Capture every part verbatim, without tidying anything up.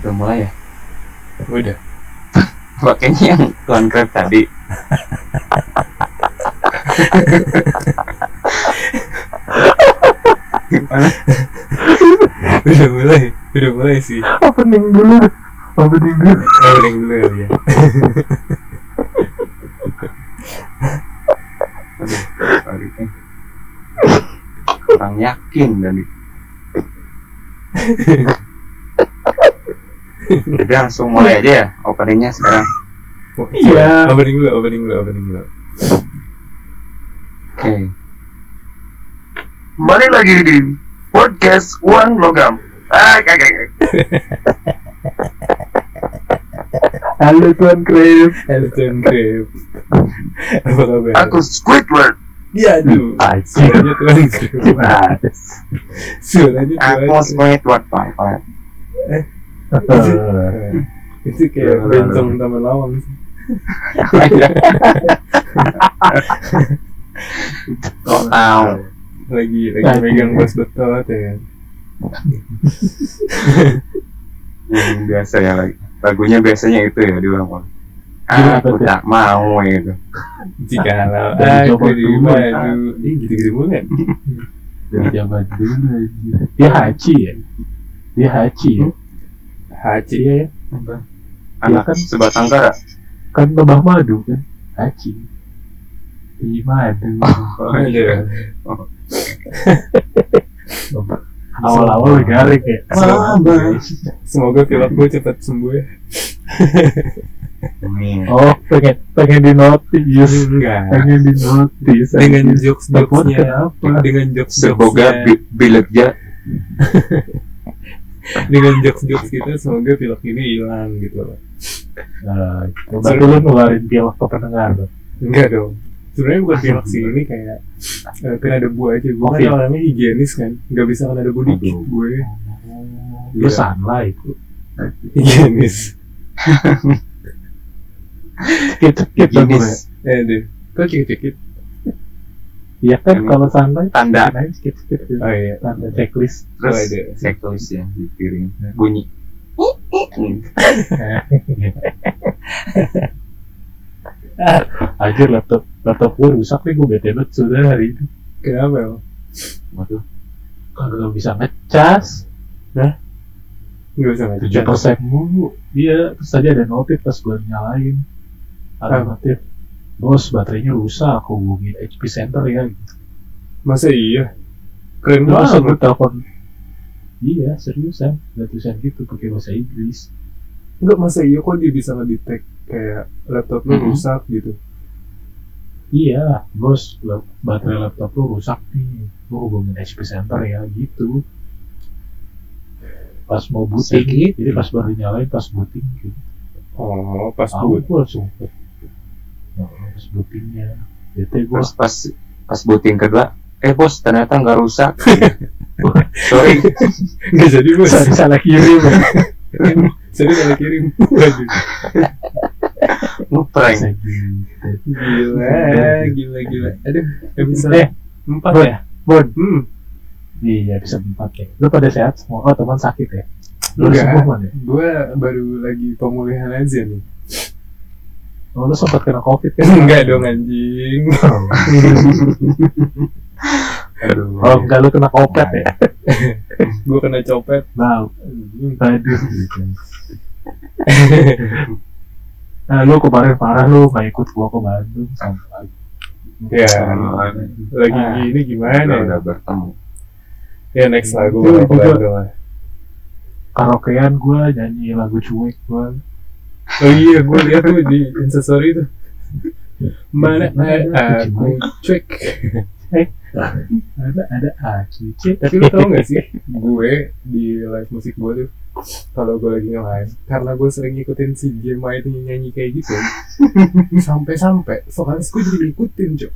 Udah mulai ya? Udah. Pakainya yang Tuan Crab tadi. Gimana? Udah mulai, udah mulai sih. Opening dulu, opening dulu. Opening dulu ya. Aduh, sorry. Kurang yakin tadi. Jadi langsung mulai aja ya openingnya sekarang. Iya. Opening dulu, opening dulu, opening dulu. Oke. Okay. Balik lagi di podcast Uang Logam. Ah, kakak. Halo Tuan Crab. Halo Tuan Crab. Apa kabar? Aku Squidward. Ya aduh. Suaranya Tuan Crab. Suaranya Tuan Aku Squidward, Pak. Eh. Itu kayak bencong Taman Lawang sih. Kok tahu? Lagi lagi megang bos betot ya kan. Hmm, biasa ya lagi. Lagunya biasanya itu ya diulang. Aku tak mau itu. Jikalau Dari aku coba di dulu, maju. Ih gitu-gitu mulu kan. Dari zaman dulu aja. Dia haji ya? Dia haji ya? Haji Iya ya? Anak kan? sebatang kara. Kan Lebah Madu kan? Haji. Iya madu. Oh iya. Awal-awal garing ya. Mama. Semoga pilot gue cepat sembuh ya. Oh, pengen pengen di notice. Enggak. Pengen di notice. Dengan jokes Telepon jokesnya, kenapa? dengan jokes Semoga bi- biletnya dengan jokes jokes kita, semoga pilot ini hilang gitu loh. Nah, berarti lu ngeluarin pilot ke pendengar loh. Enggak dong. Sebenarnya bukan pilot sih, ini kayak uh, kena debu aja. Gue kan Covid. orangnya higienis kan, nggak bisa kena debu dikit Aduh. gue. Lu Iya. sunlight. Higienis. Cekit-cekit dong gue. jenis Eh deh, kok cekit-cekit? Iya kan Ini kalau sunlight tanda. naik cekit-cekit gitu. Oh iya. Tanda checklist. terus Oh, ada. checklist ya dikirim bunyi. Aja laptop laptop gue rusak nih, gue bete banget sudah hari ini. Kenapa emang? Waduh, Kagak bisa ngecas. Nggak usah ngecas. tujuh persen mulu. Iya, terus tadi ada notif pas gue nyalain. Ada Apa? notif. Bos, baterainya rusak, hubungin H P Center ya. Masa iya? Keren Masa gue banget. telepon. Iya, seriusan. Ada tulisan gitu pakai bahasa Inggris. Enggak, masa iya kok dia bisa ngedetect kayak laptop lu Mhm. rusak gitu. Iya, bos, lap- baterai laptop lu rusak nih. Gue hubungin H P Center ya, gitu. Pas mau booting, Sedikit. jadi pas baru nyalain pas booting gitu. Oh, pas Tahu boot. gue langsung. Nah, pas bootingnya. Bete gue. terus pas pas booting kedua, eh bos ternyata nggak rusak. Sorry. Nggak jadi bos. Salah salah kirim. Jadi salah kirim. Waduh. Ngeprank. Gila, gila, gila. Aduh, episode Eh, empat Bon. ya? Bon. Hmm. Iya, bisa empat ya. Lu pada sehat semua? Oh, teman sakit ya? Lu Enggak. sembuh man ya? Gue baru lagi pemulihan aja nih. Oh, lu sempat kena covid kan? Enggak dong anjing. Aduh. Oh, enggak, lu kena kopet ya? Gue kena copet. Bau. Anjing. Aduh. Nah, lu kemarin parah lu gak ikut gua ke Bandung sama lagi. Ya, lagi Ah. gini Udah, gimana? udah bertemu. Ya next lah gue Itu bakal juga- Bandung lah. Karaokean gua nyanyi lagu cuek gua. Oh iya, gue lihat tuh di Instastory tuh. Mana ada aku cuek. Ada ada aku cek. Tapi lu tau gak sih, gue di live musik gue tuh, kalau gue lagi nge-live, karena gue sering ngikutin si Gemma itu nyanyi kayak gitu, sampai-sampai vokalis gue jadi ngikutin, cok.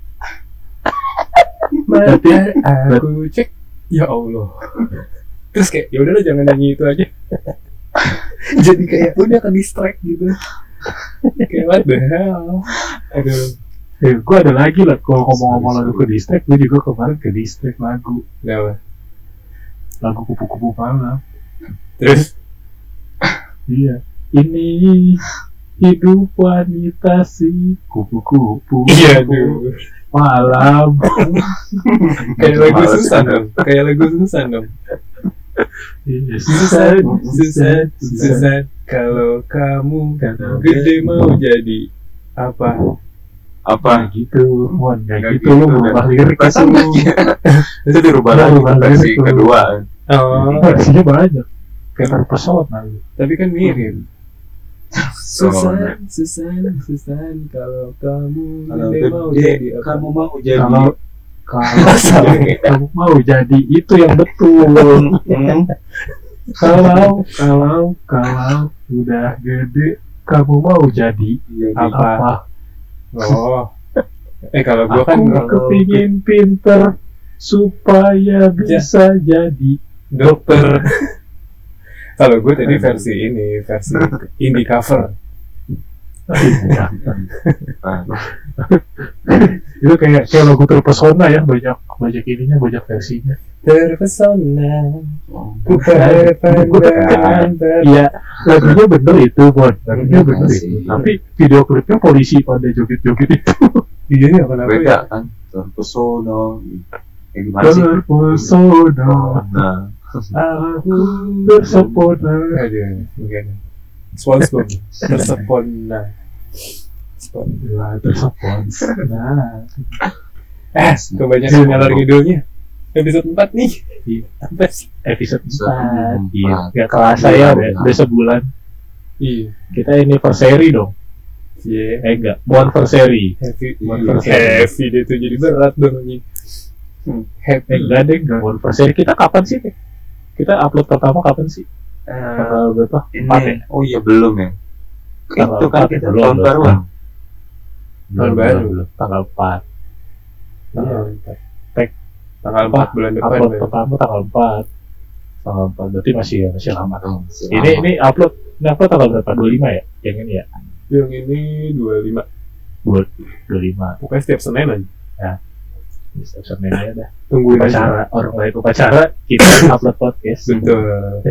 Mana aku cek, ya Allah. Terus kayak, ya udahlah jangan nyanyi itu aja. Jadi kayak udah ke distract gitu. Kayak what the hell. Aduh. Eh, gua ada lagi lah kalau ngomong-ngomong lagu ke distrik, gua juga kemarin ke distrik lagu Kenapa? lagu kupu-kupu malam. Terus Iya. Ini hidup wanita si kupu-kupu. Iya tuh. Malam. Kayak lagu Males. Susan dong. Kayak lagu Susan dong. Iya, Susan, Susan, Susan. Kalau kamu gede mau jadi apa? Apa? Nggak gitu, Mon. Nggak Nggak gitu, lu gitu, berubah dah. lirik itu. Pasang lagi. Itu dirubah lagi Dirubah versi lirik tuh. kedua. Oh, Versinya banyak. Kayak terpesona lu. tapi kan mirip. So, Susan, Susan, Susan. Kalau kamu kalau gede mau gede, jadi apa? kamu mau jadi Kalau kalau kamu mau jadi itu yang betul. Hmm, Kalau kalau kalau udah gede kamu mau jadi jadi Apa? apa? Oh. Eh kalau gua kan Aku kepingin pinter supaya bisa jadi dokter. Kalau gue tadi versi ini, versi indie cover. Ah, Itu kayak kayak lagu terpesona ya, banyak banyak ininya, banyak versinya. Terpesona, ku Iya, terpandang. Iya, lagunya bener itu, Bon. Lagunya Hmm, bener sih. itu. Tapi video klipnya polisi pada joget-joget itu. Iya ya, kenapa beda ya? kan terpesona. Eh, gimana sih? Terpesona, Nah, Aku tersepona. Aduh, enggak. SpongeBob, tersepona. Spon. Ya, tersepona. Eh, kebanyakan ngalor ngidulnya. Episode empat nih. Iya. Apa sih? Episode Episode empat. empat. Iya, nggak kerasa ya, udah, udah sebulan. Iya. Kita anniversary dong. Iya. Eh enggak, anniversary. Heavy. Iya. Heavy dia tuh jadi berat dong anjing. Hmm, Eh Happy. enggak deh, enggak anniversary. Kita kapan sih? Teh? Kita upload pertama kapan sih? eh, Tanggal berapa? Empat ya? ini, oh iya belum ya. Tanggal Itu kan empat, kita belum, tahun belum. baruan. Tahun baru. Belum, tanggal empat. Iya. Tek. Tanggal empat bulan depan. Upload Bang. pertama tanggal empat. Tanggal empat, berarti masih masih lama. Oh, masih Ini lama. ini upload ini upload tanggal berapa? dua puluh lima ya? Yang ini ya? Yang ini dua puluh lima. dua puluh lima. Pokoknya setiap Senin aja. Bisa Senin aja dah. Tungguin aja. Upacara, orang lain upacara, kita upload podcast. Betul.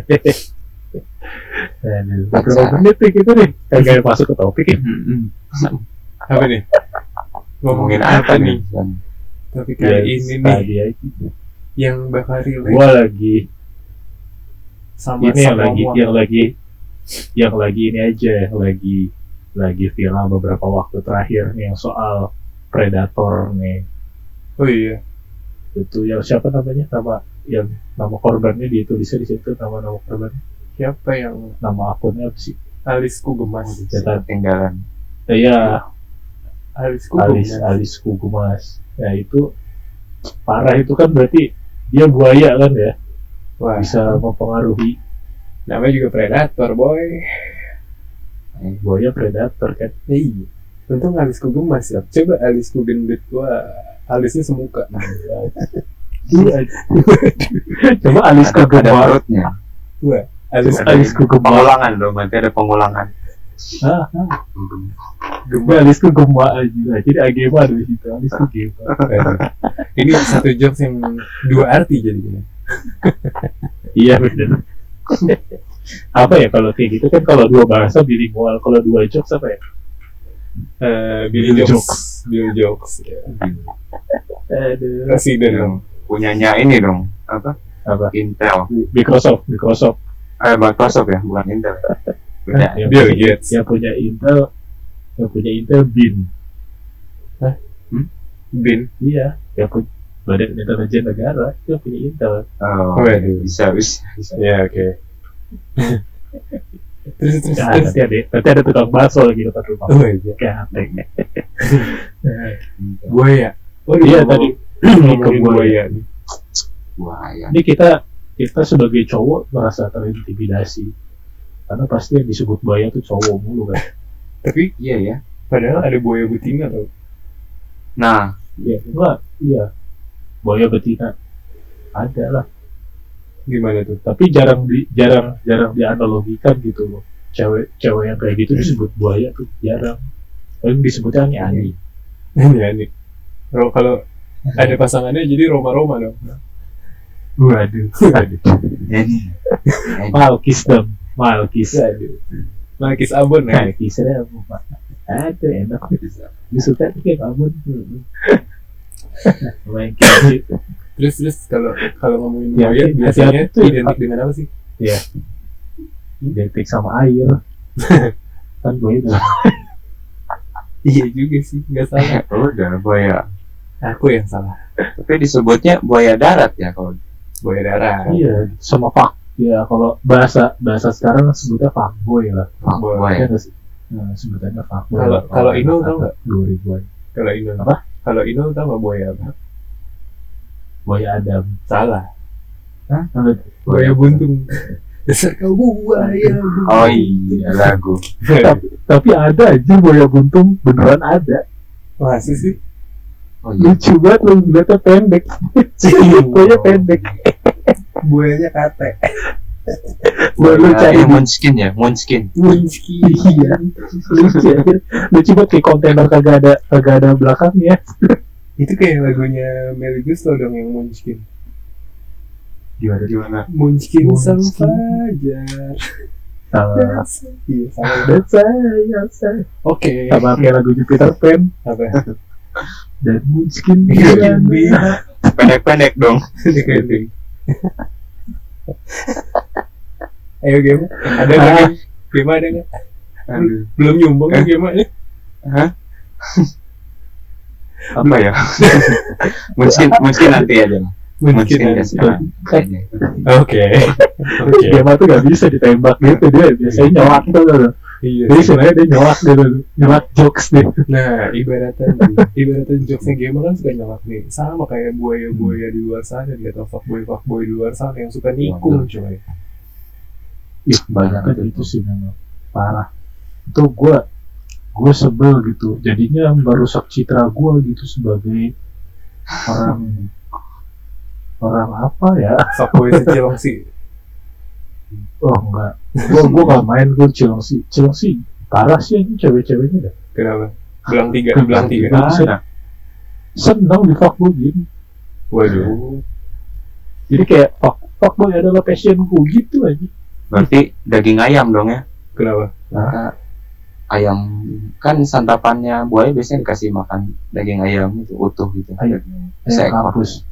Aduh, berapa menit nih kita nih? Kagak masuk ke topik ya? Hmm, hmm. Apa nih? Ngomongin apa nih? Tapi kali ini nih tadi aja. yang bakal relate Gua lagi sama ini yang sama lagi semua. yang lagi yang lagi ini aja lagi lagi viral beberapa waktu terakhir nih yang soal predator nih. Oh iya. Itu yang siapa namanya, nama yang nama korbannya ditulisnya di situ, nama nama korban, Siapa yang nama akunnya apa sih? alisku gemas? Cetak. Tinggalan. Eh, ya Alisku alis gemas. alis kugumas. Ya itu parah, itu kan berarti dia buaya kan ya, Wah, bisa mempengaruhi. namanya juga predator, boy. Buaya predator kan. Iya. Untung alisku gemas ya. Coba alisku gendut, wah, alisnya semuka. Iya. Coba alis Ada, ada kugumas. perutnya. Wah, alis Ada alis kugumas. pengulangan dong, nanti ada pengulangan. Ah, ah. Hmm. Gue alisku gemuk aja, jadi agema di situ, alisku gema. Ini satu jokes yang dua arti jadinya. Iya benar. Apa ya kalau kayak gitu kan, kalau dua bahasa bilingual, kalau dua jokes apa ya? Eh, Billy Bill jokes, Bill jokes. Ya. Aduh. Presiden Yang dong. punyanya ini dong, apa? Apa? Intel. Microsoft, Microsoft. Eh, Microsoft ya, bukan Intel. Beda. Yang Bill punya- Gates. Yang punya Intel, yang punya Intel bin. Bin. Iya, yang punya Badan Intelijen Negara, itu punya Intel. Oh, Waduh. bisa, bisa, bisa. Ya, oke. Terus terus Ya, terus. nanti ada, nanti ada tukang bakso lagi depan rumah. Oh iya. Ganteng. Buaya. Oh Iya, ngomong- tadi. ngomongin Ke buaya. buaya nih. Buaya. Ini kita kita sebagai cowok merasa terintimidasi, karena pasti yang disebut buaya tuh cowok mulu kan. Tapi Iya ya. padahal ada buaya betina tau. Nah, Iya, enggak, iya. Buaya betina ada lah, Gimana tuh? tapi jarang di jarang jarang dianalogikan gitu loh. Cewek cewek yang kayak gitu disebut buaya tuh jarang. Paling disebutnya aneh-aneh. Ini aneh. Ro- Kalau ada pasangannya jadi Roma-Roma dong. Waduh, waduh. jadi Malkis dong. Malkis. Aduh. Malkis Abon ya. Malkis ada apa Pak? Ada enak. Gue suka tuh kayak Abon. Main gitu. Terus terus kalau kalau ngomongin Ya, buaya hati-hati biasanya tuh, identik dengan apa sih? Ya. Identik sama air. Kan buaya udah. Iya juga sih, nggak salah. Udah buaya. Aku yang salah. Tapi disebutnya buaya darat ya kalau Buaya darat. Iya, sama fuck. Ya kalau bahasa bahasa sekarang sebutnya fuckboy lah. Fuckboy. Ya, nggak sih? Nah, sebutannya fuckboy. Kalau- kalau Inul tau nggak? dua ribuan. Kalau Inul Apa? Kalau Inul tau nggak buaya apa? Buaya Adam. Salah. Hah? Apa? Buaya buntung. Dasar kau buaya. buntung. Oh iya lagu. Tapi ada aja buaya buntung, beneran ada. Masih sih. Oh iya. Lucu banget lu ngeliatnya pendek. Buaya pendek. Buayanya kate. Buat lu Buaya cari yang di Munchkin ya, Munchkin. Munchki. iya. Lucu ya. Lucu banget kayak kontainer kagak ada kagak ada belakangnya. Itu kayak lagunya Melly Guslo dong yang Munchkin. Gimana? Gimana? Munchkin sang Munchkin. fajar. Sama Iya sama. dan saya saya Oke. sama kayak lagu Jupiter Pen Apa? dan Munchkin Iya, Gimana? Pendek-pendek dong. Dikending. Ayo game. Ada nggak Ah. game? Game ada nggak? Aduh. Belum nyumbang Eh. game nih. Hah? Apa ya? Munchkin, Munchkin nanti aja. Munchkin ya sekarang. Kayaknya. Oke. Oke. Dia mah tuh gak bisa ditembak gitu, dia biasanya nyolak tuh gitu. Iya. Jadi sebenarnya dia nyolak gitu, nyolak jokes deh. Nah, ibaratnya ibaratnya jokesnya game kan suka nyolak nih. Sama kayak buaya-buaya di luar sana dia atau fuckboy fuckboy di luar sana yang suka nikung coy. Ih, banyak kan itu sih memang parah. Itu gue gue sebel gitu. Jadinya merusak citra gue gitu sebagai orang orang apa ya? Fuckboy secilongsi. Oh enggak, gue gue gak main gue Cilengsi, Cilengsi parah sih ini cewek-ceweknya dah. Kenapa? Belang tiga, Belang belang tiga. tiga. Ada. Seneng di fuckboyin. Waduh. Jadi kayak fuck fuckboy adalah passionku gitu aja. Berarti daging ayam dong ya? Kenapa? Nah, ayam kan santapannya buaya biasanya dikasih makan daging ayam itu utuh gitu. Ayo, eh, Seekor. kampus.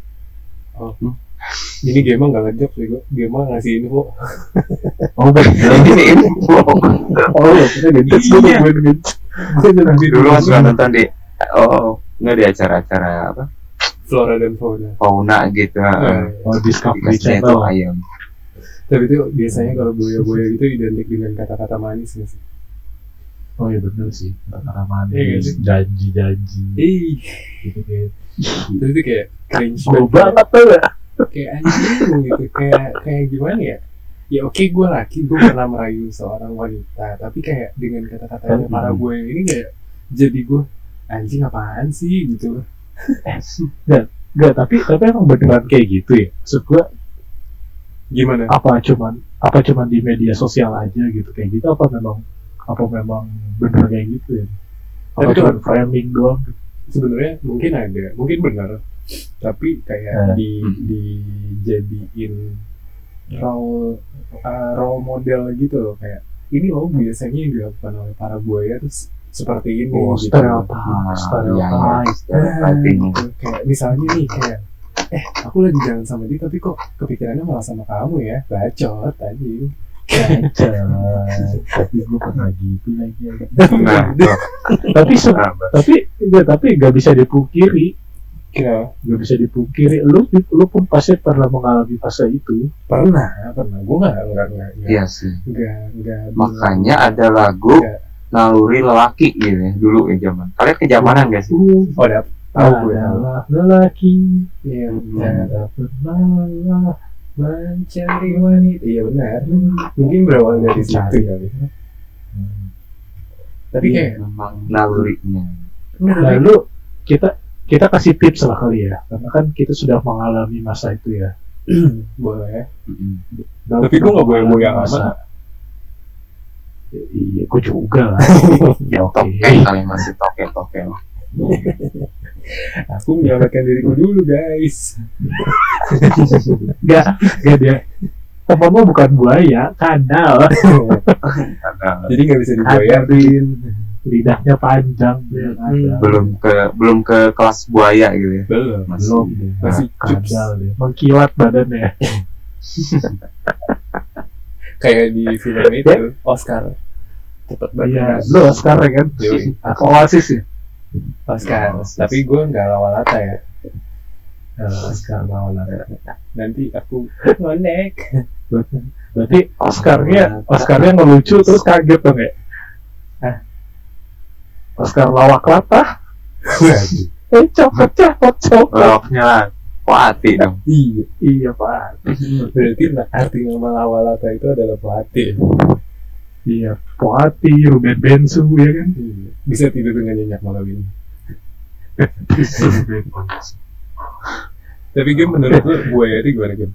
Ini game nggak ngejok sih gue. Game ngasih info. Oh bener. Ini info. Oh ya, kita ngedit gue Iya. gue ngedit. Gue ngedit Dulu kan suka nonton di oh nggak di acara-acara apa Flora dan fauna. fauna gitu. Nah, Oh Discovery Dikasihnya itu Channel. ayam. tapi itu biasanya kalau buaya-buaya itu identik dengan kata-kata manis nggak sih? Oh iya bener sih. Kata-kata Iya, manis, gitu. janji-janji. Ih, Gitu kayak. terus itu kayak cringe Gue banget. banget tuh ya. Kayak anjing gitu, kayak kayak gimana ya? Ya oke gue laki, gue pernah merayu seorang wanita, tapi kayak dengan kata-katanya Hmm. para buaya ini kayak jadi gue anjing apaan sih gitu. Enggak, tapi tapi emang beneran kayak gitu ya. Maksud gue Gimana? apa cuman apa cuman di media sosial aja gitu kayak gitu apa memang apa memang bener kayak gitu ya? Apa Tapi cuma kalau- framing doang? Sebenarnya mungkin ada, mungkin benar, tapi kayak Eh. di dijadiin role uh, role model gitu loh, kayak ini loh biasanya yang dilakukan oleh para buaya terus seperti ini Oh, gitu. stereotype, Ah, iya, iya. stereotype. Stereotyping. Gitu. Kayak misalnya nih kayak eh aku lagi jalan sama dia tapi kok kepikirannya malah sama kamu ya, bacot tadi. Kacau. Tapi gue pernah gitu lagi. Nah, tuh. Tapi se- Nah, tapi enggak tapi nggak bisa dipungkiri, Kenapa? nggak bisa dipungkiri. Lu lu pun pasti pernah mengalami fase itu. Pernah, pernah. Gue nggak nggak nggak nggak iya sih. nggak nggak Makanya ada lagu Nggak. naluri lelaki gitu ya dulu ya zaman. Kalian kejamanan gak sih? Uh, Oh, udah tahu gue tahu. adalah lelaki Iya, Hmm. benar. tidak pernah Mencari wanita. Iya benar. Mungkin berawal dari situ kali. Tapi kayak Memang nalurinya. Lalu kita kita kasih tips lah kali ya, karena kan kita sudah mengalami masa itu ya. boleh. Mm-mm. Daud Tapi gua nggak mengalami boya-boya masa- amat. Ya, iya, gue juga lah. Ya oke. Token kalian masih token-token. Aku menyelamatkan diriku dulu guys. Gak, gak dia. temanmu bukan buaya, kadal. Ada. Jadi nggak bisa dibayarin. Lidahnya panjang, dia Hmm. kadal. belum ke belum ke kelas buaya gitu ya. Belum. Masih. Belum dia. Masih cups. kadal dia. Mengkilat badannya. Kayak di film itu Oscar. Cepet Iya, banget. lu sekarang kan. Yoi. Aku Oasis ya. Oscar. Oasis. Tapi gue nggak lawalata ya. Eh, Oscar Maulana. Nanti aku ngonek. Berarti Oscarnya, Oscarnya ngelucu terus kaget dong ya? Hah? Oscar lawak latah. Eh copot copot copot. Lawaknya Wati dong. Iya. Iya pak. Berarti nah, arti nama lawalata itu adalah pelatih. Iya. Poati, Ruben Bensu ya kan? Iya. Bisa tidur dengan nyenyak malam ini. Tapi game menurut lu buaya itu gimana game?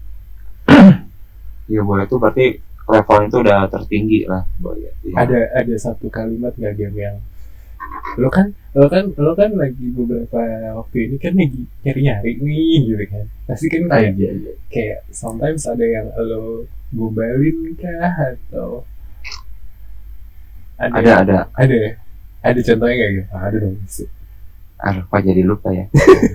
Ya buaya itu berarti levelnya itu udah tertinggi lah buaya. Iya. Ada ada satu kalimat nggak game yang lo kan lo kan lo kan lagi beberapa waktu ini kan lagi nyari nyari nih gitu kan. Pasti kan kayak Iya iya. kayak sometimes ada yang lo gombalin kah atau ada Ada ada. ada ya? Ada contohnya nggak gitu? Ah, ada dong. Aduh, kok jadi lupa ya.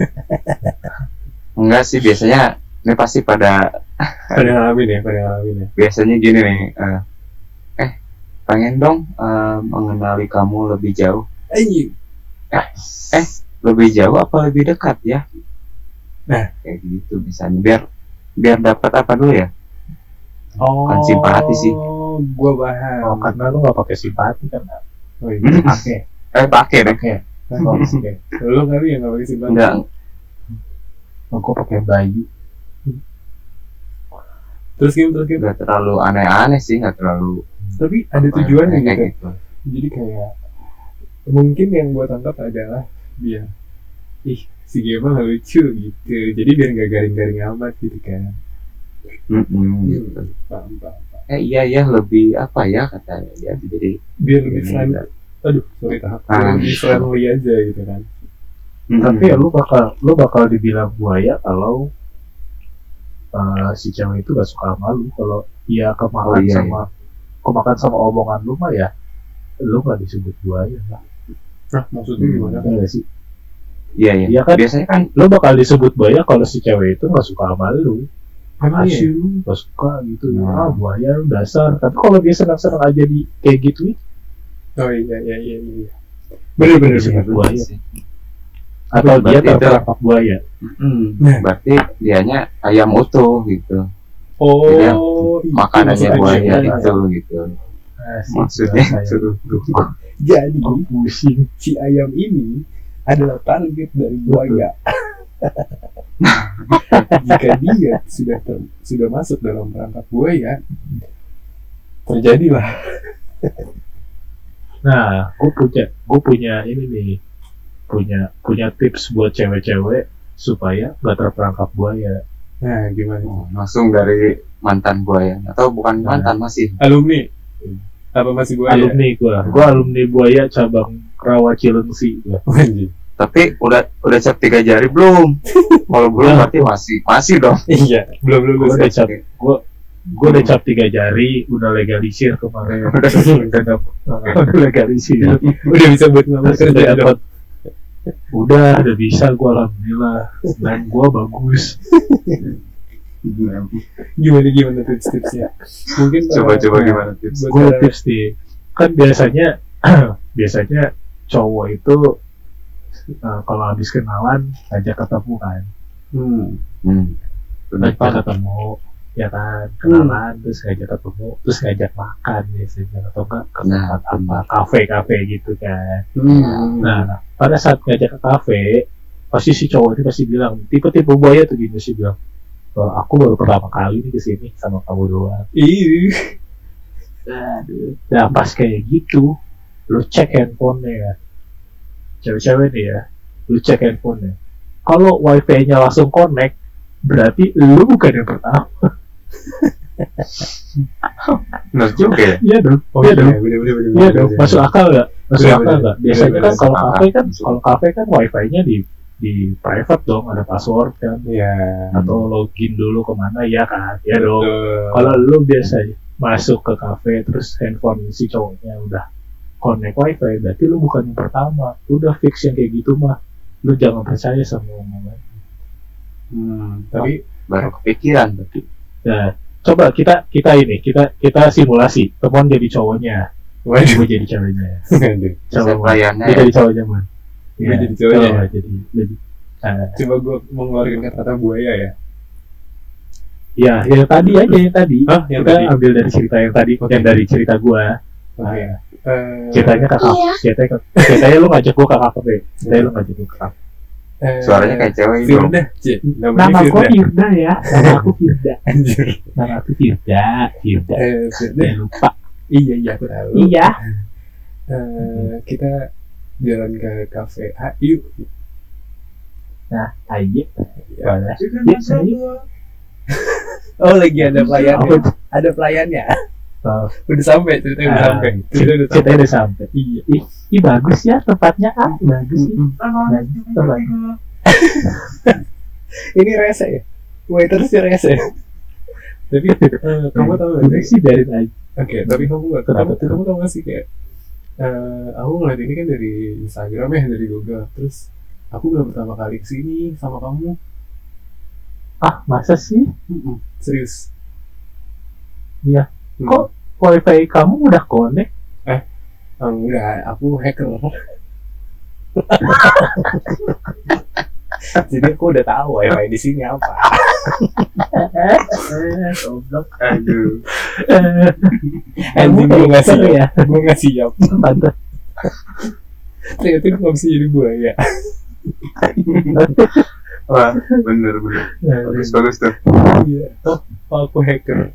Enggak sih, biasanya ini pasti pada Pada ngalamin ya, pada ngalamin ya. biasanya gini nih. eh, eh pengen dong eh, mengenali kamu lebih jauh. Anjing. Eh lebih jauh apa lebih dekat ya? Nah. Kayak gitu misalnya biar biar dapat apa dulu ya? Oh. Kan simpati sih. Gua paham. Oh, karena lu nggak pakai simpati kan? Oh, iya. Hmm. Pakai. Eh pakai deh. Pakai. Oh, oke. Lo kali yang nggak pakai simpati. Enggak. Oh, gua pakai bayi. Terus game terus game. Enggak terlalu aneh-aneh sih, enggak terlalu. Tapi ada tujuannya kayak gitu. gitu. Jadi kayak mungkin yang gua tangkap adalah biar ih si Gema lucu gitu. Jadi biar nggak garing-garing amat gitu kan. Mm-mm, gitu. Hmm, paham, paham, paham. Eh iya ya lebih apa ya katanya dia jadi. Biar lebih Ini friendly. enggak. Aduh, sorry tahap. Ah. Lebih friendly aja gitu kan. Mm-mm. Tapi ya lu bakal lu bakal dibilang buaya kalau uh, si cewek itu gak suka sama lu. Kalau dia kemakan Oh, iya, sama kemakan sama omongan lu mah ya lu gak disebut buaya lah. Nah, maksudnya gimana? Ya gak sih? Iya iya. Iya kan? Biasanya kan Lu bakal disebut buaya kalau si cewek itu gak suka sama lu. Emang Asyik iya? lu gak suka gitu. Hmm. Ah buaya lu dasar. Tapi kalau dia senang-senang aja di kayak gitu Oh iya iya iya iya. Bener bener Disebut bener. buaya. sih. atau dia Berarti itu- terperangkap buaya. Mm-mm. Nah. Berarti dianya ayam utuh gitu. Oh, Jadi yang itu Makanannya maksudnya. buaya iya. itu gitu. Asik, Maksudnya bahasa suruh Jadi Gua pusing. si ayam ini adalah target dari buaya. Jika dia sudah ter- sudah masuk dalam perangkap buaya, terjadilah. Nah, gue punya, gue punya ini nih, punya punya tips buat cewek-cewek supaya nggak terperangkap buaya. Nah, gimana? Oh, langsung dari mantan buaya atau bukan Nah. mantan masih Alumni? Apa masih buaya? Alumni gue, gue alumni buaya cabang Rawa Cilengsi. Gua. Anjing. tapi udah udah cap tiga jari belum? Kalau belum Udah. berarti masih masih dong. Iya, belum Gue lulus. udah cap, gue gue udah cap tiga jari, udah legalisir kemarin. Udah udah dapet, udah legalisir. Udah bisa buat ngelamar Udah kerja dapet, dong. udah, udah bisa gue alhamdulillah. Dan gue bagus. Gimana gimana tips-tipsnya? Mungkin Coba-coba nah, gimana tips? buat Gue para- tips nih, kan biasanya biasanya cowok itu uh, kalau habis kenalan ngajak ketemu kan, Hmm. Hmm. Benar, ngajak ketemu ya kan, kenalan terus ngajak ketemu terus ngajak makan biasanya atau enggak ke Nah, tempat apa benar. kafe-kafe gitu kan. Hmm. Nah, pada saat ngajak ke kafe pasti si cowok ini pasti bilang, tipe-tipe buaya tuh gini sih bilang, "Oh, aku baru pertama kali nih kesini sama kamu doang." Ih. Aduh. Nah pas kayak gitu lu cek handphonenya, cewek-cewek nih ya, lu cek handphonenya, kalau wifi-nya langsung connect berarti lu bukan yang pertama. Benar juga ya. Iya dong, Oh iya iya, dong, bener bener iya dong, masuk akal nggak? Masuk Bener, akal bener. nggak? Biasanya Bener, kan bener. kalau Masuk kafe akal. kan, kalau kafe kan wifi-nya di di private dong, ada password kan, Iya. atau login dulu kemana ya kan, ya dong. Betul. Kalau lu biasa masuk ke kafe terus handphone si cowoknya udah connect wifi, berarti lu bukan yang pertama. Udah fix yang kayak gitu mah, lu jangan percaya sama omongan. Hmm, Tapi baru kepikiran tapi. Nah, coba kita kita ini kita kita simulasi temuan jadi cowoknya, waduh. gue jadi ceweknya. Waduh. Coba Saya pelayannya dia jadi cowoknya man. Gue jadi cowoknya. coba jadi jadi. Uh, Coba gue mengeluarkan kata-kata buaya ya. ya, yang tadi aja yang tadi. Hah, yang kita tadi? ambil dari cerita yang tadi, Oke. yang dari cerita gua. Oke. Nah, Eh, ceritanya kakak, ceritanya ceritanya lu ngajak gua ke kafe, ceritanya lu ngajak gua ke kafe. eh, Suaranya kayak cewek bro. Firda, Cik. Namanya Nama gua Firda. Firda ya, nama aku Firda, Anjir. nama aku Firda, Firda. Eh, Firda. Jangan lupa. Iya, iya aku tahu. Iya. Eh, kita jalan ke kafe. Ah, yuk. Nah, ayo. Ya. Boleh. Ya, ayo. Oh, lagi ada pelayannya. Apa? Ada pelayannya. Oh, Udah sampai, ceritanya udah ah, sampai. cer- Ceritanya udah sampai. ceritanya udah sampai. Iya. Ih, ih bagus ya tempatnya, ah bagus sih. Mm-mm. Bagus tempatnya. Ini rese ya. Waitersnya rese. Tapi eh, kamu tahu Udah gak sih? sih biarin aja. Oke, tapi kamu gak Kenapa kamu, tuh? kamu tahu gak sih kayak eh aku ngeliat ini kan dari Instagram ya, dari Google. Terus aku baru pertama kali kesini sama kamu. Ah, masa sih? Mm-mm. Serius. Iya. Hmm. Kok wifi kamu udah connect? Enggak, aku hacker. Jadi aku udah tahu wifi di sini apa. Eh, goblok. Aduh. Anjing, gue nggak siap. ya. Gue nggak siap. Pantas. Ternyata gue nggak bisa jadi buaya. Wah, bener bener. Bagus bagus tuh. Iya. Oh, aku hacker.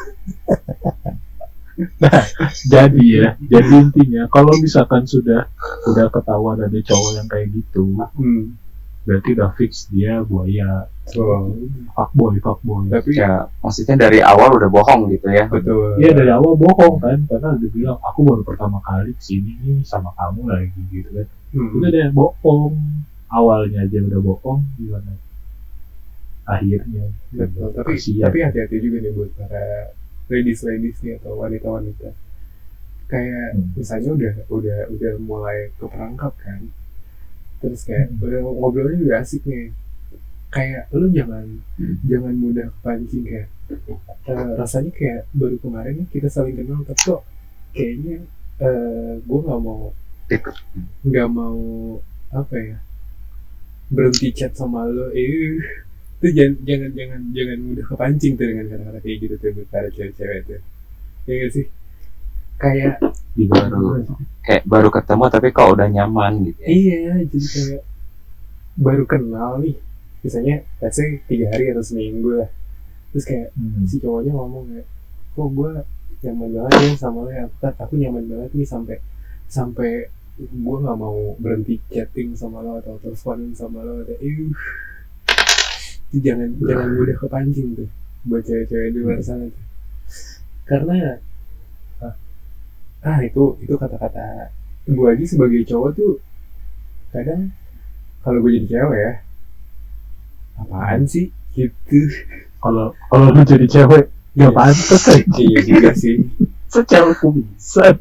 Jadi ya, jadi intinya kalau misalkan sudah udah ketahuan ada cowok yang kayak gitu, Hmm. berarti udah fix dia buaya, Oh, fuckboy, fuckboy. tapi Ya, maksudnya dari awal udah bohong gitu ya. betul. Iya dari awal bohong kan, karena dia bilang aku baru pertama kali kesini nih sama kamu lagi gitu kan. Hmm. Udah deh bohong, awalnya aja udah bohong, gimana? Akhirnya. Betul. Tapi Kasihan. tapi hati-hati juga nih buat para ladies ladies nih atau wanita wanita. Kayak Hmm. misalnya udah udah udah mulai keperangkap kan. Terus kayak Hmm. udah ngobrolnya udah asik nih. Kayak lu jangan Hmm. jangan mudah kepancing kayak eh, rasanya kayak baru kemarin nih kita saling kenal tapi kok kayaknya eh gue nggak mau Ikut. nggak mau apa ya berhenti chat sama lo eh itu jangan jangan jangan jangan mudah kepancing tuh dengan kata-kata kayak gitu tuh buat para cewek-cewek tuh ya nggak sih kayak Baru kayak baru ketemu tapi kok udah nyaman gitu ya. iya jadi kayak baru kenal nih misalnya let's say tiga hari atau seminggu lah terus kayak Hmm. si cowoknya ngomong kayak kok gue nyaman banget ya sama lo ya aku, aku nyaman banget nih sampai sampai gue nggak mau berhenti chatting sama lo atau teleponin sama lo atau eh itu jangan jangan mudah kepancing tuh buat cewek-cewek di luar sana tuh karena ah, ah itu itu kata-kata gue aja sebagai cowok tuh kadang kalau gue jadi cewek ya apaan sih gitu Kalau kalau lu jadi cewek, Iya. ya pantas aja. iya juga sih Secara kumisan.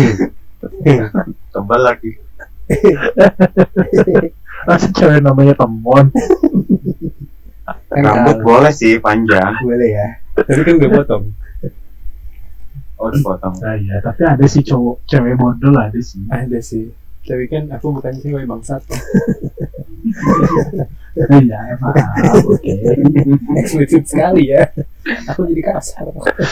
Tebal lagi. Masa cewek namanya temon. kan Rambut kalau- boleh sih panjang. boleh ya tapi kan udah potong Oh, dipotong. Nah ya, tapi ada sih cowok, cewek model ada sih. ada sih tapi kan aku bukan cewek bangsat Iya, maaf, oke. eksplisit sekali ya aku jadi kasar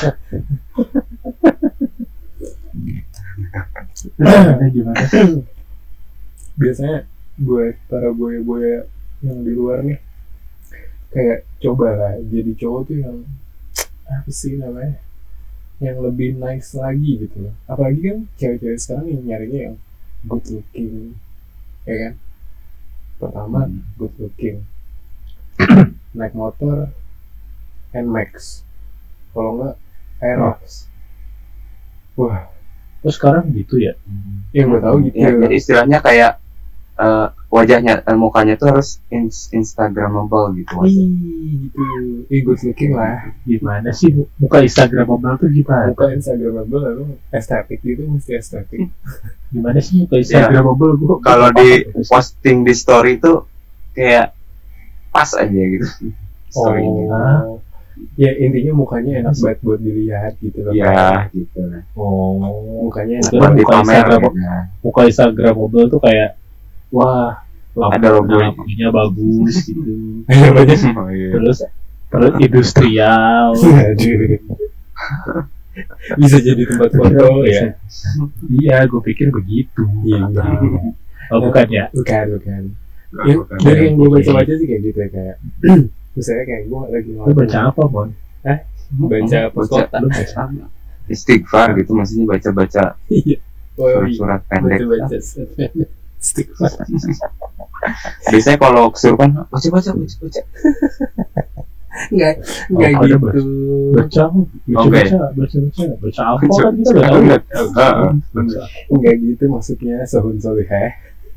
Gimana gimana? biasanya buat para boya-boya yang di luar nih kayak coba lah jadi cowok tuh yang apa sih namanya yang lebih nice lagi gitu loh apalagi kan cewek-cewek sekarang yang nyarinya yang good looking ya kan pertama Hmm. good looking naik motor Nmax kalau enggak Aerox wah Oh sekarang gitu ya? yang gue tahu gitu Ya, jadi istilahnya kayak uh, wajahnya uh, mukanya tuh harus ins- instagramable gitu. Ih, gitu. Ih, good looking lah. Gimana sih muka Instagramable tuh gimana? Muka Instagramable lalu estetik gitu, mesti estetik. Gimana sih muka Instagramable? Gua Kalau di posting di story tuh kayak pas aja gitu. Story-nya. Oh, ya intinya mukanya enak banget buat dilihat gitu loh. Iya, gitu. Oh, Mukanya enak Terus Buat muka dipamer Instagram- gitu. muka Instagramable tuh kayak wah, Ada logonya. lampunya bagus gitu. Ada banyak. Oh, iya. Terus terus industrial. Aduh. Bisa jadi tempat foto ya. Iya, gue pikir begitu. Iya. Oh, bukan ya? Bukan, bukan. Ya, dari yang gue baca-baca sih kayak gitu ya, kayak misalnya kayak gue lagi Lu baca apa, Mon? baca poskota. Lu baca apa? Istighfar gitu, maksudnya baca-baca Iya. Oh, iya. surat pendek. Baca-baca stick. Biasanya kalau kesurupan baca-baca baca-baca. Enggak, enggak Oh, ada gitu. Baca apa? Baca Oke. baca, baca baca, baca apa Baca- kan kita udah tahu ya. Heeh. Baca. Enggak gitu maksudnya sohun soliheh.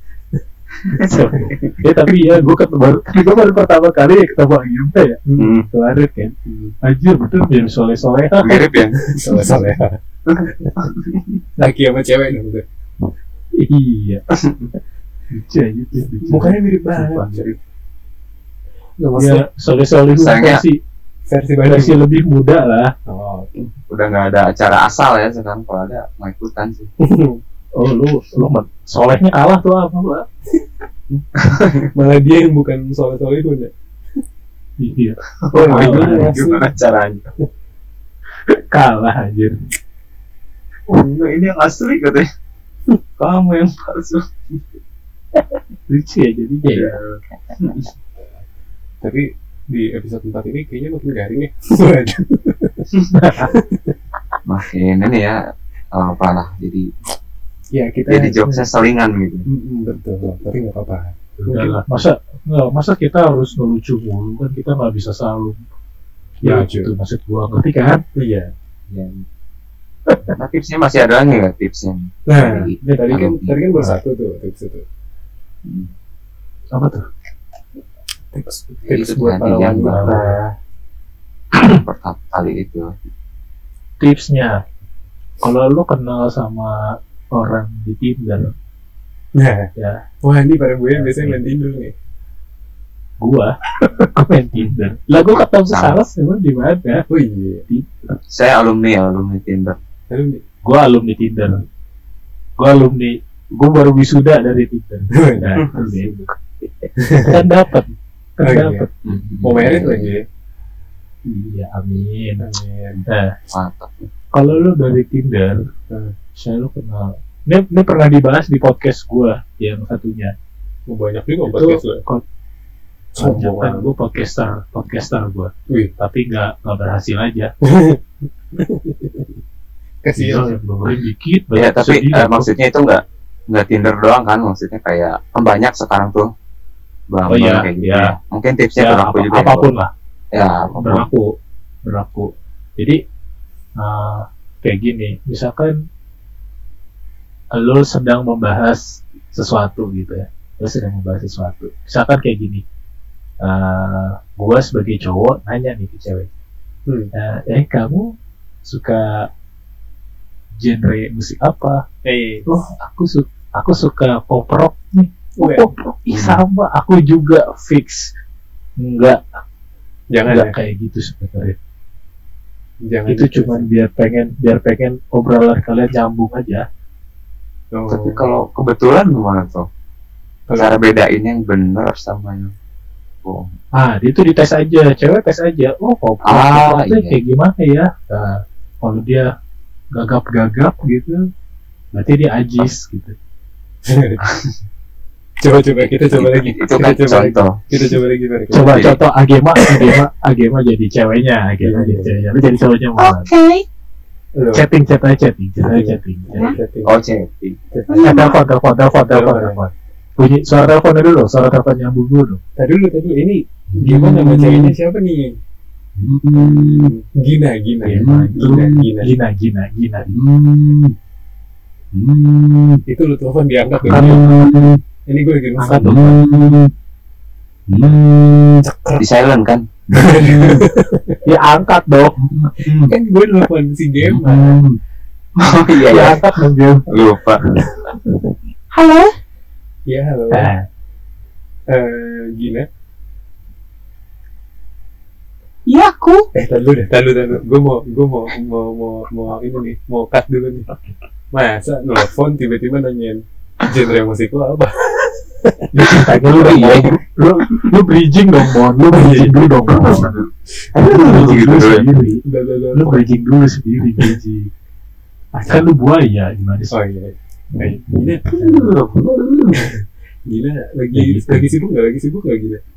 Ya tapi ya gue ketemu gue baru pertama kali ya ketemu Agimta ya Hmm, kemarin kan anjir betul jadi soleh soleh mirip ya. Soleh soleha. Laki sama cewek dong tuh. iya lucu aja tuh lucu. Mukanya mirip banget. Sumpah. Enggak ya maksudnya soleh soleh Sayangnya- versi versi baru. versi lebih muda lah. Oh, Udah nggak ada acara asal ya sekarang, kalau ada mau ikutan sih. Oh lu lu mah solehnya kalah tuh apa lu? malah dia yang bukan soleh-soleh pun ya. Iya Oh, Oh, iya, gimana, asli. gimana caranya? kalah anjir. Oh, enggak, ini yang asli katanya. Kamu yang palsu. Lucu ya jadinya ya. Tapi di episode empat ini kayaknya makin garing ya. Waduh. Makin ini ya, apa lah, jadi Ya kita jadi jokesnya selingan gitu. Mm-mm, betul, tapi nggak apa-apa. Udah lah. Masa nggak masa kita harus ngelucu mulu kan kita nggak bisa selalu ya Lucu. itu maksud gua ngerti kan? Iya. Ya. Nah, tipsnya masih ada lagi nggak tipsnya? Nah, Dari- tadi kan kalau- tadi kan baru satu tuh tips itu. Hmm. Apa tuh? Tips Ya, tips itu buat tadi para yang wanita. Pertama kali itu. Tipsnya kalau lu kenal sama orang di Tinder Nah, ya wah ini para gue biasanya main Tinder nih. gua gua main Tinder lah gua ketemu Sama. Saras emang di mana? Oh iya. Saya alumni alumni Tinder. Lalu nih. Gua alumni Tinder gua alumni gua baru wisuda dari Tinder nah, itu dia. kan dapat kan Oh, iya. dapat Mau merit lagi ya? iya amin Amin. nah Mantap. kalau lu dari Tinder Hmm. saya lu kenal ini, ini pernah dibahas di podcast gua yang satunya Oh, banyak juga itu podcast lo. kon- Sombong kan banget. gue podcaster podcaster gue Wih, tapi nggak nggak berhasil aja kasihan. Iya, dengerin dikit Ya banyak tapi sedih eh, aku. maksudnya itu nggak nggak Tinder doang kan, maksudnya kayak kan banyak sekarang tuh. Bang, Oh, iya, kayak gitu iya. ya. Mungkin tipsnya ya, berlaku apa- juga. ya, apapun lah Ya, apapun. berlaku berlaku jadi uh, kayak gini misalkan lo sedang membahas sesuatu gitu ya lo sedang membahas sesuatu misalkan kayak gini uh, gue sebagai cowok nanya nih ke cewek Hmm. uh, eh kamu suka genre musik apa Eh, oh aku suka aku suka pop rock nih oh, Weh. pop rock ih sama aku juga fix enggak jangan enggak ya. kayak gitu sebenarnya Jangan itu cuman biar pengen biar pengen obrolan kalian nyambung aja Oh. Tapi kalau kebetulan gimana tuh? Cara bedain yang benar sama yang bohong. ah itu dites aja cewek tes aja oh pop rock Ah, pop rock tuh iya. kayak gimana ya nah, kalau dia gagap-gagap gitu berarti dia ajis gitu Coba-coba kita coba lagi. Itu Kita kan coba lagi. contoh. Kita coba lagi Fer. coba Jadi- contoh agema agema agema jadi ceweknya agema Iya, jadi iya. ceweknya lu jadi cowoknya mana Lo. chatting chat aja chatting chat aja Iya. chatting Chatting. Oh, chatting. Chatting. eh telepon telepon telepon telepon Telepon. telepon bunyi suara teleponnya dulu suara telepon nyambung dulu Tadi dulu tadi dulu. Ini gimana nama ceweknya siapa nih? Hmm. Gina, Gina. Gina, Gina, Gina. Gina Gina Gina Hmm. Hmm. Itu lu telepon diangkat Kan- dulu. Ini gue lagi Angkat ngefan. dong. Hmm. Hmm. Di silent kan? Ya angkat dong. Kan gue nelfon si game. Hmm. Oh iya Ya ya, angkat dong game. lupa. Halo. Ya halo. Eh. Eh, Gina. Iya aku. Eh, tahu deh, tahu tahu. Gue mau, gue mau, mau, mau, mau ini nih, mau cut dulu nih. Masa nelfon tiba-tiba nanyain genre musik lo apa? Ya ceritanya lu dong, Iya. Mon. Lu lu bridging dong, Mon. Lu bridging dulu dong, Mon. Lu bridging Gitu dulu dulu. sendiri. Udah, udah, udah. Lu bridging dulu sendiri, bridging. Kan lu buaya gimana sih? Oh iya. Eh, Gina, Gina lagi Ya gitu. lagi sibuk nggak? Lagi sibuk nggak Gina?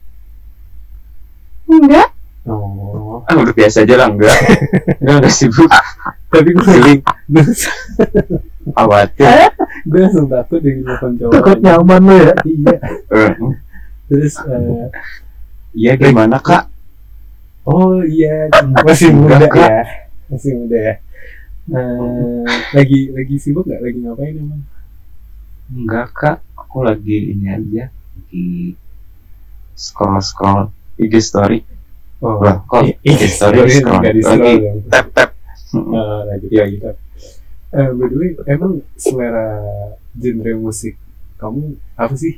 Enggak. Oh, Ah, udah biasa aja lah, enggak. Enggak, enggak sibuk. tapi gue Feeling terus khawatir. gue langsung takut dengan telepon cowok. Takut nyaman lu ya. Iya. Eh, Terus, eh, Iya gimana kak? oh iya, masih muda Enggak, Kak. ya, masih muda ya. Eh, lagi lagi sibuk nggak? Lagi ngapain emang? Enggak kak, aku lagi ini aja, lagi scroll scroll I G story. Oh, Lah, kok i- I G story story scroll nggak di scroll lagi dong. tap tap. Eh, lagi ya gitu. Eh, by the way, emang selera genre musik kamu apa sih?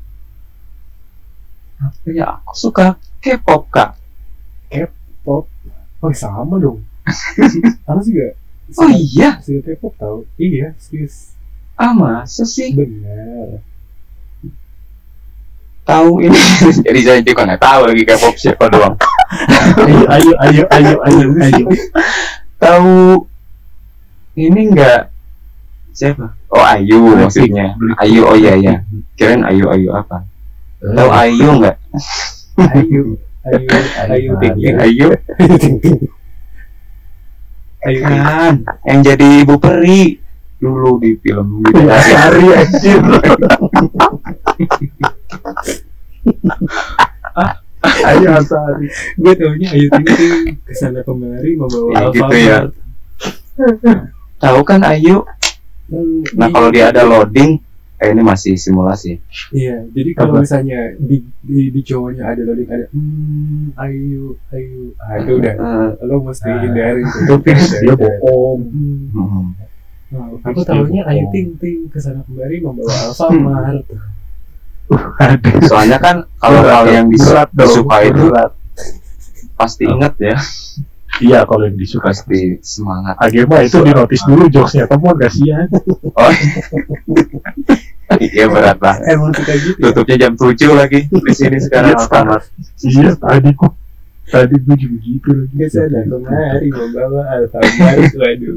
Apa ya? Aku suka K-pop kak. Pop? Oh sama dong. Aku juga. Oh iya, Suka K-pop tau? Iya, serius. ah masa sih? Benar. Tahu ini? Jadi saya juga nggak tahu lagi K-pop siapa doang. Ayo, ayo, ayo, ayo, ayo, ayo. Tahu ini enggak siapa? Oh Ayu maksudnya. Ayu, oh iya iya. Kirain Ayu Ayu apa? Tahu Ayu enggak? Ayu, Ayu, Ayu, Ting Ting. Ayu Ayu, Ting Ting. Ayu, Ting Ting. kan yang jadi ibu peri dulu di film gitu. Ya, cari anjir. Ayo Asari. Gue taunya Ayu Ting Ting kesana kemari membawa Ya, Alfamart. gitu ya. Tahu kan Ayu? Hmm, Nah iya. kalau dia ada loading, eh ini masih simulasi. Iya, jadi kalau Apa? misalnya di, di di cowoknya ada loading ada hmm Ayu Ayu, ah itu udah Eh, lo mesti Ah, hindarin tuh. Itu fix dia Udah, udah. bohong. Hmm. hmm. Nah, aku tahunya Ayu Ting Ting kesana kemari membawa Alfamart. Aduh. Soalnya kan kalau hal yang dis- Berat dong, disuka itu berat. pasti inget ya, Iya, kalau yang disuka pasti semangat. Agema itu di notice dulu jokesnya temuan kasihan. Oh iya berat lah. Emang suka gitu ya? Tutupnya jam tujuh lagi di sini sekarang Alfamart. Iya, tadi kok tadi gue juga gitu lagi. Kesana kemari membawa Alfamart. Waduh.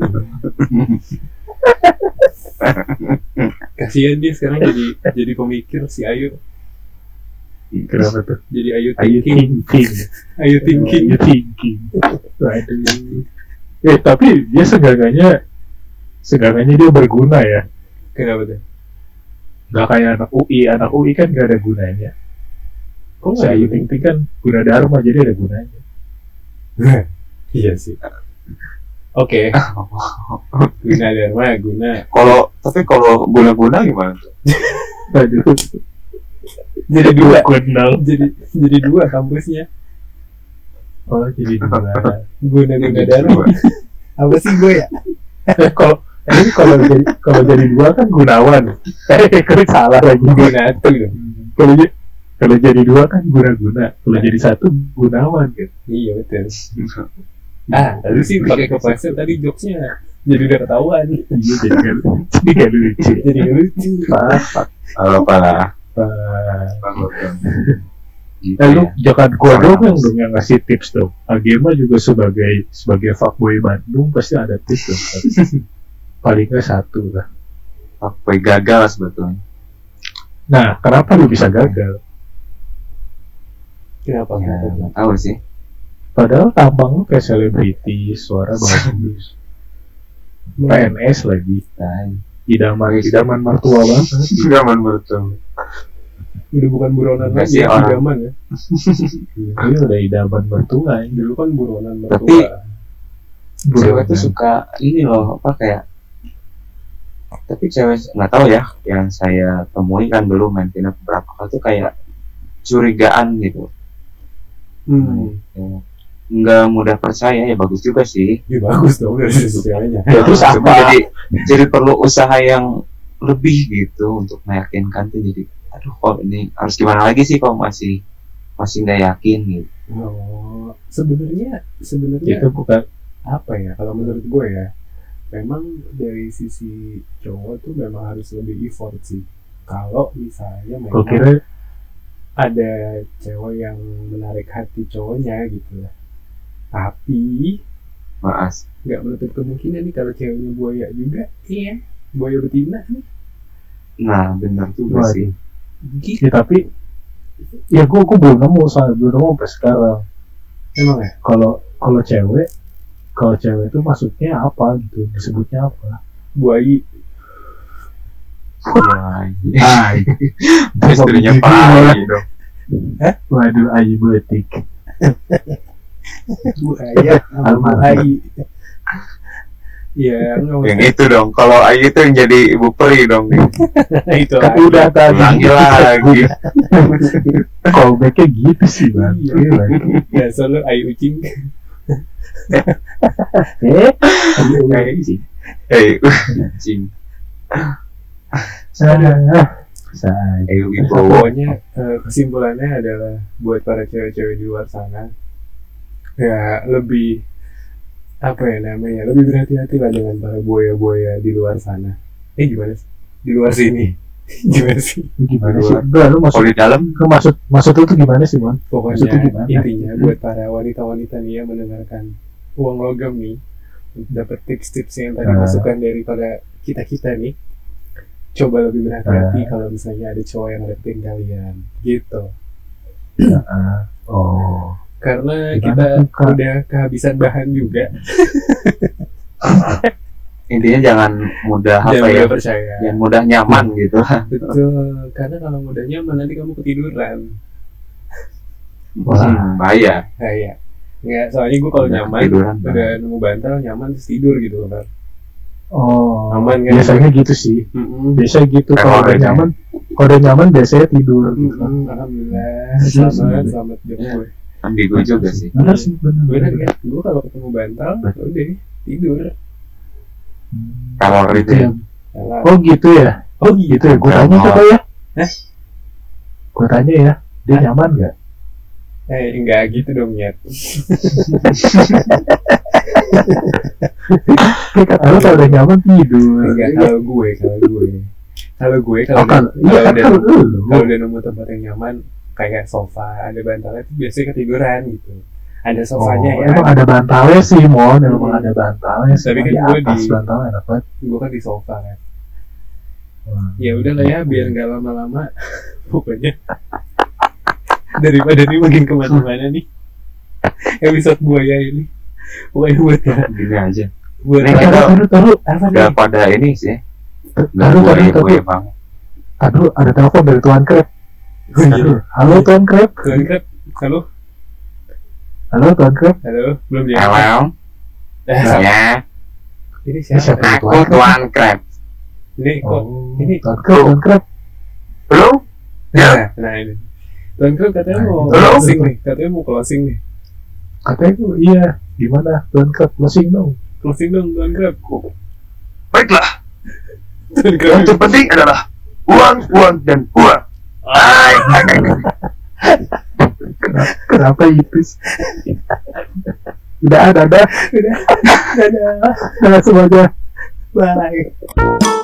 Kasihan dia sekarang jadi jadi pemikir si Ayu. Kenapa tuh? Jadi Ayu Ayo thinking. thinking, Ayu thinking. ayo thinking. Waduh. Eh tapi dia segalanya, segalanya dia berguna ya. Kenapa tuh? Gak kayak anak U I, anak U I kan gak ada gunanya. Kok Si nggak Ayu gitu? Ting Ting kan guna dharma jadi ada gunanya. Iya sih. Oke. Guna Dharma, guna. Kalau tapi kalau guna-guna gimana tuh? Aduh. Jadi dua. Kenal. Jadi jadi dua kampusnya. Oh jadi dua. Guna guna Dharma. Apa sih gue ya? Eh, kalau ini kalau jadi kalau jadi dua kan gunawan. Eh kan salah lagi. Guna tuh dong. Kalau jadi kalau jadi dua kan guna-guna. Kalau jadi satu gunawan kan. Iya betul. Ah, tadi sih pakai kepleset tadi jokesnya. Jadi udah ketahuan. Iya jadi kan jadi kan lucu. Jadi nggak lucu. Pak. Kalau apa? Gitu Eh lu ya. jangan gua dong yang dong yang ngasih tips dong. Agema juga sebagai sebagai fuckboy Bandung pasti ada tips dong. Paling nggak satu lah. Apa gagal sebetulnya? Nah, kenapa lu bisa gagal? Kenapa? Ya, Kenapa? nggak tahu sih. Padahal tampang lu kayak selebriti, suara bagus, P N S lagi, Nah, idaman idaman mertua banget. zaman bertemu. Udah bukan buronan Nggak lagi sih, ya, orang. idaman ya. Dia udah idaman mertua ini. Dulu kan buronan Tapi- mertua. Cewek tuh suka ini loh, apa kayak Tapi cewek nggak tahu ya, yang saya temui kan dulu main Tinder beberapa kali tuh kayak curigaan gitu. Hmm. Ya, nggak mudah percaya, ya bagus juga sih. Ya bagus dong dari sisi ceweknya. Ya, terus Cuma apa? jadi jadi perlu usaha yang lebih gitu untuk meyakinkan tuh. Jadi aduh kok ini harus gimana lagi sih kalau masih masih nggak yakin gitu. Oh, sebenarnya sebenarnya Itu bukan apa ya, kalau menurut gue ya, memang dari sisi cowok tuh memang harus lebih effort sih. Kalau misalnya gue memang kira ada cewek yang menarik hati cowoknya gitu ya, tapi Maas. nggak menutup kemungkinan nih kalau ceweknya buaya juga, iya, buaya betina nih. Nah benar juga Waduh. sih. Gitu. ya tapi ya gue gue belum nemu soalnya belum nemu sampai sekarang. Emang ya? Kalau kalau cewek kalau cewek itu maksudnya apa gitu, disebutnya apa? Buayi. Wah, Ah, istrinya Pak gitu. waduh, ayu betik. Buaya sama buayi. Ya, nggak Yang usah. itu dong. Kalau Ayu itu yang jadi ibu peri dong. Itu Kan lagi. udah tadi Ulangi lagi. callbacknya gitu sih bang. Iya. Iya, Bang. Ya, selalu ayu ucing. Eh, Eh, Eh, anjing. ah, say. Ayu Wibowo. Pokoknya eh, kesimpulannya adalah buat para cewek-cewek di luar sana, ya lebih apa ya namanya, lebih berhati-hati lah dengan para buaya-buaya di luar sana. Eh gimana sih? Di luar sini. Gimana sih? Lu gimana Di sih? luar. Enggak, lu maksud Kalau di dalam lu maksud maksud lu tuh gimana sih, Mon? Pokoknya Maksudnya gimana? intinya buat para wanita-wanita nih yang mendengarkan uang logam nih, untuk dapat tips-tips yang tadi Ah. masukan daripada kita-kita nih, coba lebih berhati-hati kalau misalnya ada cowok yang deketin kalian gitu. Ah, oh. Karena Gimana kita tuh, Kak? udah kehabisan bahan juga. intinya jangan mudah apa Jangan ya? mudah percaya. Jangan mudah nyaman gitu. Betul. Karena kalau mudah nyaman nanti kamu ketiduran. Wah. Hmm, bahaya. Nah, iya. Nggak, soalnya gue kalau Udah nyaman ketiduran, udah nemu bantal nyaman terus tidur gitu kan. Oh. Aman kan? Biasanya gitu sih. Mm-mm. Biasanya gitu Kayak kalau udah orang nyaman, kalau udah nyaman biasanya tidur gitu. Mm-mm. Alhamdulillah. Iya, Selamat, sih. selamat job Iya. gue. Ambigu juga sih. Benar sih, benar. Bener kan? Gue kalau ketemu bantal, udah tidur. Hmm. Kalau itu ya. Salah. Oh gitu ya. Oh gitu ya. Gue tanya coba ya. Hah? Gue tanya ya. Dia nyaman nggak? Eh, enggak gitu dong, Nyet. Kayak kata lu kalau udah nyaman tidur. Enggak, kalau gue, kalau gue. Kalau gue, kalau Oh, kalau udah- iya kalau kan udah kalau nemu- lu. kalau udah nemu tempat yang nyaman kayak sofa ada bantalnya itu biasanya ketiduran gitu, ada sofanya Oh, ya, emang ada bantalnya sih, Mon. Emang Hmm. ada bantalnya sih. Tapi kan di gue atas di- bantalnya enak banget. gue kan di sofa kan, Hmm. ya udahlah ya biar nggak lama-lama pokoknya daripada nih makin kemana-mana nih episode buaya ini, pokoknya buat Gini aja. buat Nih, Eh, kita taruh, taruh, apa udah nih? pada ini sih. Udah taruh, gue taruh, gue taruh. bang. Taruh, ada telepon dari Tuan Krep. Oh, iya. Taruh. Halo Tuan Krep. Tuan Krep, halo, Halo Tuan Krep. halo, belum ya? Halo. Eh, sama. Ya. Ini Siapa? siapa? Aku Tuan Krep. Ini kok? Oh, ini Tuan Krep, Tuan Krep. Belum? Ya. Nah, nah ini. Tuan Krep katanya Nah, mau halo. closing nih, katanya mau closing nih. Katanya tuh, iya. Gimana Tuan Krep? Closing dong. Closing dong Tuan Krep. Baiklah. Tuan Krep. Yang terpenting adalah uang, uang dan uang. Hai. Kenapa itu sih? Udah, ada, ada. Dadah. Dadah semuanya. Bye.